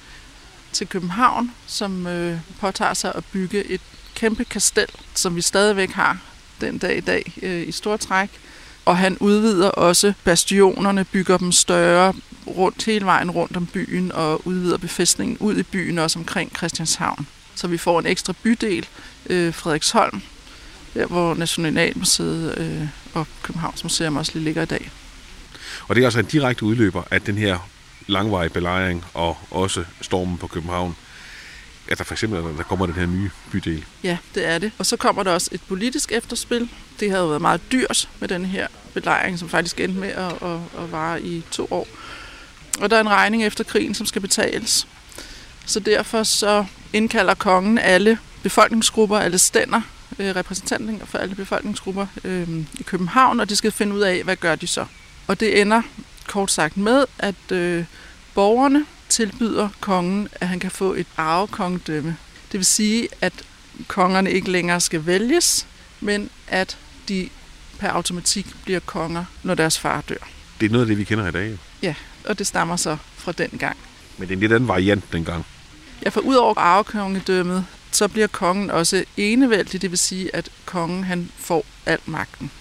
til København, som øh, påtager sig at bygge et kæmpe kastel, som vi stadigvæk har den dag i dag øh, i stort træk. Og han udvider også bastionerne, bygger dem større rundt hele vejen rundt om byen og udvider befæstningen ud i byen, også omkring Christianshavn. Så vi får en ekstra bydel, øh, Frederiksholm, der hvor Nationalmuseet øh, og Københavns Museum også lige ligger i dag. Og det er altså en direkte udløber af den her langvarige belejring og også stormen på København, at der for eksempel der kommer den her nye bydel. Ja, det er det. Og så kommer der også et politisk efterspil. Det havde jo været meget dyrt med den her belejring, som faktisk endte med at, at, at vare i to år. Og der er en regning efter krigen, som skal betales. Så derfor så indkalder kongen alle befolkningsgrupper, alle stænder, øh, repræsentanter for alle befolkningsgrupper øh, i København, og de skal finde ud af, hvad gør de så. Og det ender kort sagt med, at øh, borgerne tilbyder kongen, at han kan få et arvekongedømme. Det vil sige, at kongerne ikke længere skal vælges, men at de per automatik bliver konger, når deres far dør. Det er noget af det, vi kender i dag. Ja, og det stammer så fra den gang. Men det er en lidt anden variant dengang. Ja, for udover arvekongedømmet, så bliver kongen også enevældig, det vil sige, at kongen han får al magten.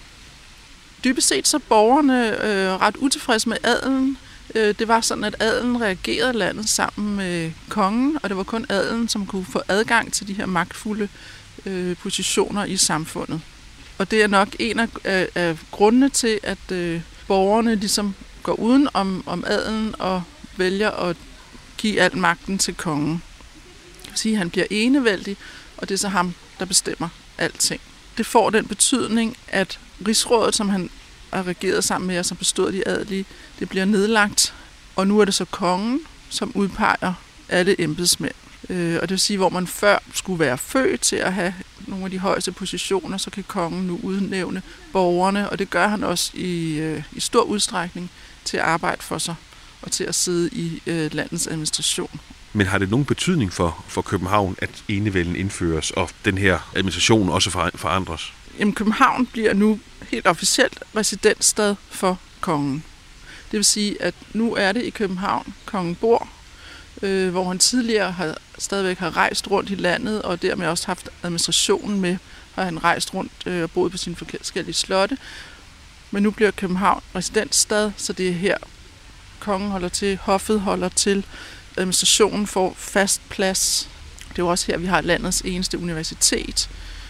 Dybest set så borgerne øh, ret utilfredse med adelen. Øh, det var sådan, at adelen reagerede landet sammen med kongen, og det var kun adelen, som kunne få adgang til de her magtfulde øh, positioner i samfundet. Og det er nok en af, af, af grundene til, at øh, borgerne ligesom går uden om, om adelen og vælger at give al magten til kongen. Det vil sige, at han bliver enevældig, og det er så ham, der bestemmer alting. Det får den betydning, at rigsrådet, som han har regeret sammen med, og som bestod af de adelige, det bliver nedlagt, og nu er det så kongen, som udpeger alle embedsmænd. Øh, og det vil sige, hvor man før skulle være født til at have nogle af de højeste positioner, så kan kongen nu udnævne borgerne, og det gør han også i, øh, i stor udstrækning til at arbejde for sig og til at sidde i øh, landets administration. Men har det nogen betydning for, for København, at enevælden indføres, og den her administration også forandres? Jamen, København bliver nu helt officielt residensstad for kongen. Det vil sige, at nu er det i København, kongen bor, øh, hvor han tidligere har, stadigvæk har rejst rundt i landet, og dermed også haft administrationen med, har han rejst rundt øh, og boet på sine forskellige slotte. Men nu bliver København residensstad, så det er her, kongen holder til, hoffet holder til, administrationen får fast plads. Det er jo også her, vi har landets eneste universitet.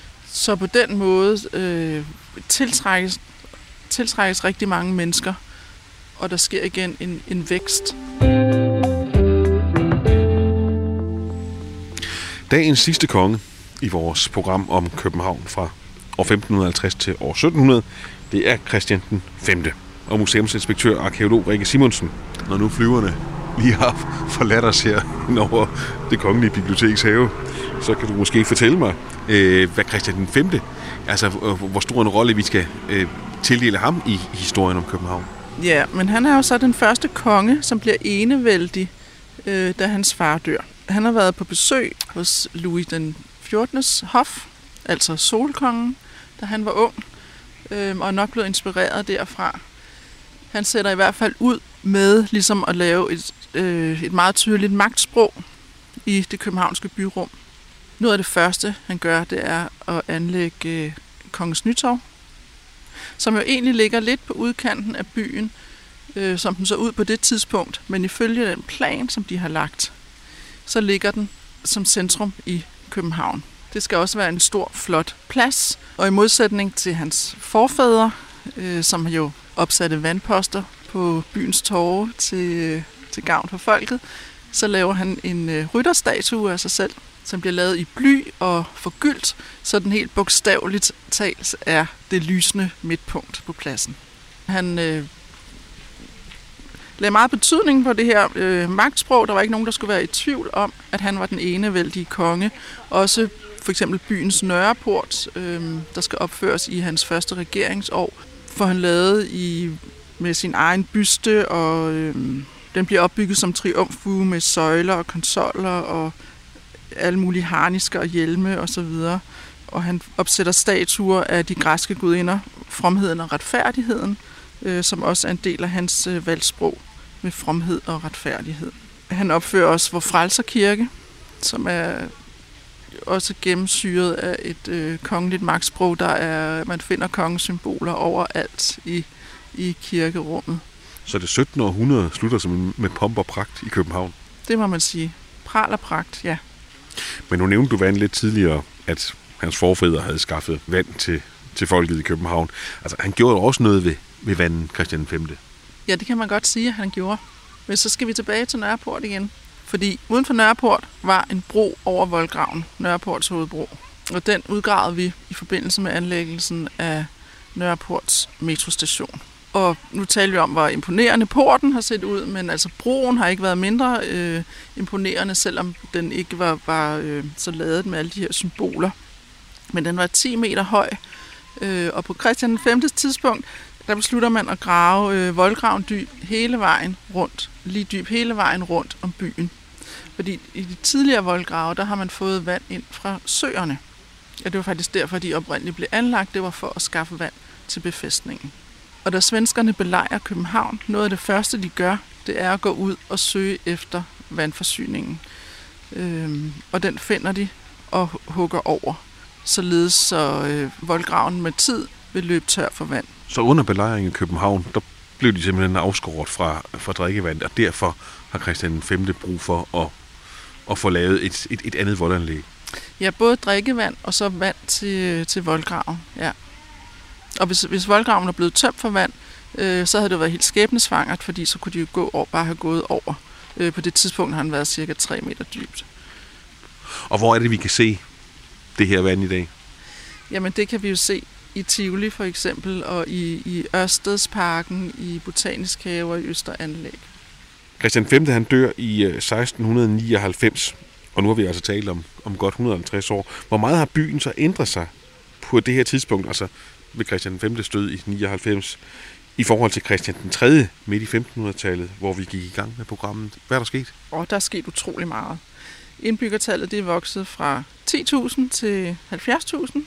Så på den måde øh, tiltrækkes, tiltrækkes rigtig mange mennesker, og der sker igen en, en vækst. Dagens sidste konge i vores program om København fra år femten halvtreds til år sytten hundrede, det er Christian den femte. Og museumsinspektør og arkæolog Rikke Simonsen. Når nu flyverne lige har forladt os her over det kongelige biblioteks have, så kan du måske fortælle mig, øh, hvad Christian den femte, altså hvor stor en rolle vi skal øh, tildele ham i historien om København. Ja, men han er jo så den første konge, som bliver enevældig, øh, da hans far dør. Han har været på besøg hos Louis den fjortende hof, altså Solkongen, da han var ung, øh, og er nok blevet inspireret derfra. Han sætter i hvert fald ud med ligesom at lave et, øh, et meget tydeligt magtsprog i det københavnske byrum. Noget af det første, han gør, det er at anlægge øh, Kongens Nytorv, som jo egentlig ligger lidt på udkanten af byen, øh, som den så ud på det tidspunkt. Men ifølge den plan, som de har lagt, så ligger den som centrum i København. Det skal også være en stor, flot plads, og i modsætning til hans forfædre, øh, som jo opsatte vandposter på byens torve til, til gavn for folket, så laver han en øh, rytterstatue af sig selv, som bliver lavet i bly og forgyldt, så den helt bogstaveligt talt er det lysende midtpunkt på pladsen. Han øh, lagde meget betydning på det her øh, magtsprog. Der var ikke nogen, der skulle være i tvivl om, at han var den enevældige konge. Også for eksempel byens Nørreport, øh, der skal opføres i hans første regeringsår, for han lavede i, med sin egen byste, og øh, den bliver opbygget som triumfbue med søjler og konsoller og alle mulige harnisker og hjelme osv. Og han opsætter statuer af de græske gudinder, fromheden og retfærdigheden, øh, som også er en del af hans øh, valgsprog med fromhed og retfærdighed. Han opfører også Vor Frelser Kirke, som er også gennemsyret af et øh, kongeligt magtsprog. Der er, man finder kongesymboler overalt i, i kirkerummet. Så det syttende århundrede slutter som med pomp og pragt i København? Det må man sige. Pral og pragt, ja. Men nu nævnte du vand lidt tidligere, at hans forfædre havde skaffet vand til, til folket i København. Altså, han gjorde også noget ved, ved vandet, Christian den femte. Ja, det kan man godt sige, at han gjorde. Men så skal vi tilbage til Nørreport igen. Fordi uden for Nørreport var en bro over voldgraven, Nørreports hovedbro. Og den udgravede vi i forbindelse med anlæggelsen af Nørreports metrostation. Og nu taler vi om, hvor imponerende porten har set ud, men altså broen har ikke været mindre øh, imponerende, selvom den ikke var, var øh, så ladet med alle de her symboler. Men den var ti meter høj, øh, og på Christian den femtes tidspunkt, der beslutter man at grave øh, voldgraven dyb hele vejen rundt, lige dyb hele vejen rundt om byen. Fordi i de tidligere voldgrave, der har man fået vand ind fra søerne. Ja, det var faktisk derfor, de oprindeligt blev anlagt. Det var for at skaffe vand til befæstningen. Og da svenskerne belejrer København, noget af det første, de gør, det er at gå ud og søge efter vandforsyningen. Øhm, og den finder de og hugger over, således så øh, voldgraven med tid vil løbe tør for vand. Så under belejringen i København, der blev de simpelthen afskåret fra, fra drikkevand, og derfor har Christian den femte brug for at, at få lavet et, et, et andet voldanlæg. Ja, både drikkevand og så vand til, til voldgraven, ja. Og hvis, hvis voldgraven er blevet tømt for vand, øh, så havde det været helt skæbnesvangert, fordi så kunne de jo gå over, bare have gået over. Øh, på det tidspunkt har den været cirka tre meter dybt. Og hvor er det, vi kan se det her vand i dag? Jamen, det kan vi jo se i Tivoli for eksempel, og i, i Ørstedsparken, i Botanisk Have og i Østeranlæg. Christian den femte han dør i seksten nioghalvfems, og nu har vi altså talt om, om godt et hundrede og halvtreds år. Hvor meget har byen så ændret sig på det her tidspunkt, altså ved Christian den femtes død i nioghalvfems, i forhold til Christian den tredje midt i femtenhundredetallet, hvor vi gik i gang med programmet? Hvad er der sket? Og der er sket utrolig meget. Indbyggertallet det er vokset fra ti tusind til halvfjerds tusind.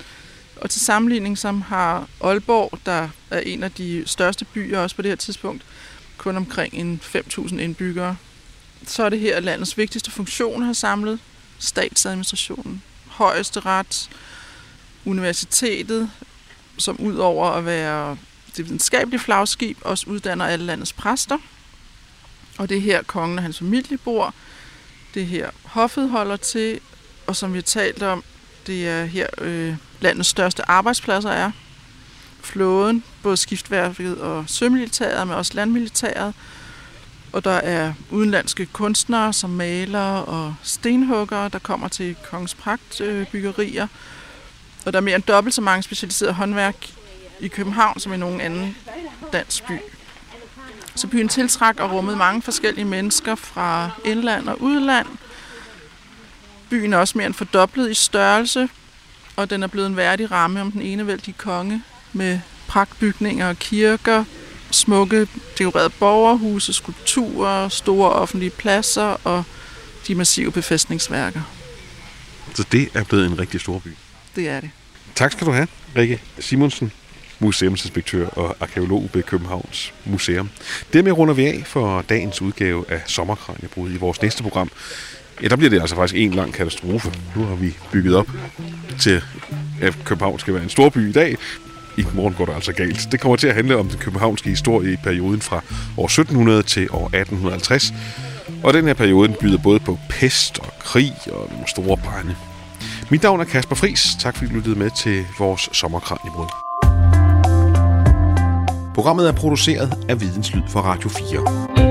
Og til sammenligning, som har Aalborg, der er en af de største byer også på det her tidspunkt, kun omkring en fem tusind indbyggere. Så er det her landets vigtigste funktioner har samlet: statsadministrationen, højesteret, universitetet, som udover at være det videnskabelige flagskib, også uddanner alle landets præster. Og det er her kongen og hans familie bor. Det er her hoffet holder til, og som vi har talt om, det er her øh, landets største arbejdspladser er. Flåden, både skibsværftet og sømilitæret, men også landmilitæret. Og der er udenlandske kunstnere som malere og stenhuggere, der kommer til Kongens Pragt øh, byggerier. Og der er mere end dobbelt så mange specialiserede håndværk i København som i nogen anden dansk by. Så byen tiltrak og rummede mange forskellige mennesker fra indland og udland. Byen er også mere end fordoblet i størrelse, og den er blevet en værdig ramme om den enevældige konge med pragtbygninger og kirker, smukke dekorerede borgerhuse, skulpturer, store offentlige pladser og de massive befæstningsværker. Så det er blevet en rigtig stor by. Det er det. Tak skal du have, Rikke Simonsen, museumsinspektør og arkeolog ved Københavns Museum. Dermed runder vi af for dagens udgave af Sommerkraniebrud. I vores næste program, ja, der bliver det altså faktisk en lang katastrofe. Nu har vi bygget op til, at København skal være en stor by i dag. I morgen går det altså galt. Det kommer til at handle om den københavnske historie i perioden fra år sytten hundrede til år atten halvtreds. Og den her periode byder både på pest og krig og nogle store brande. Mit navn er Kasper Friis. Tak fordi du lyttede med til vores Sommerkraniebrud. Programmet er produceret af Videnslyd for Radio fire.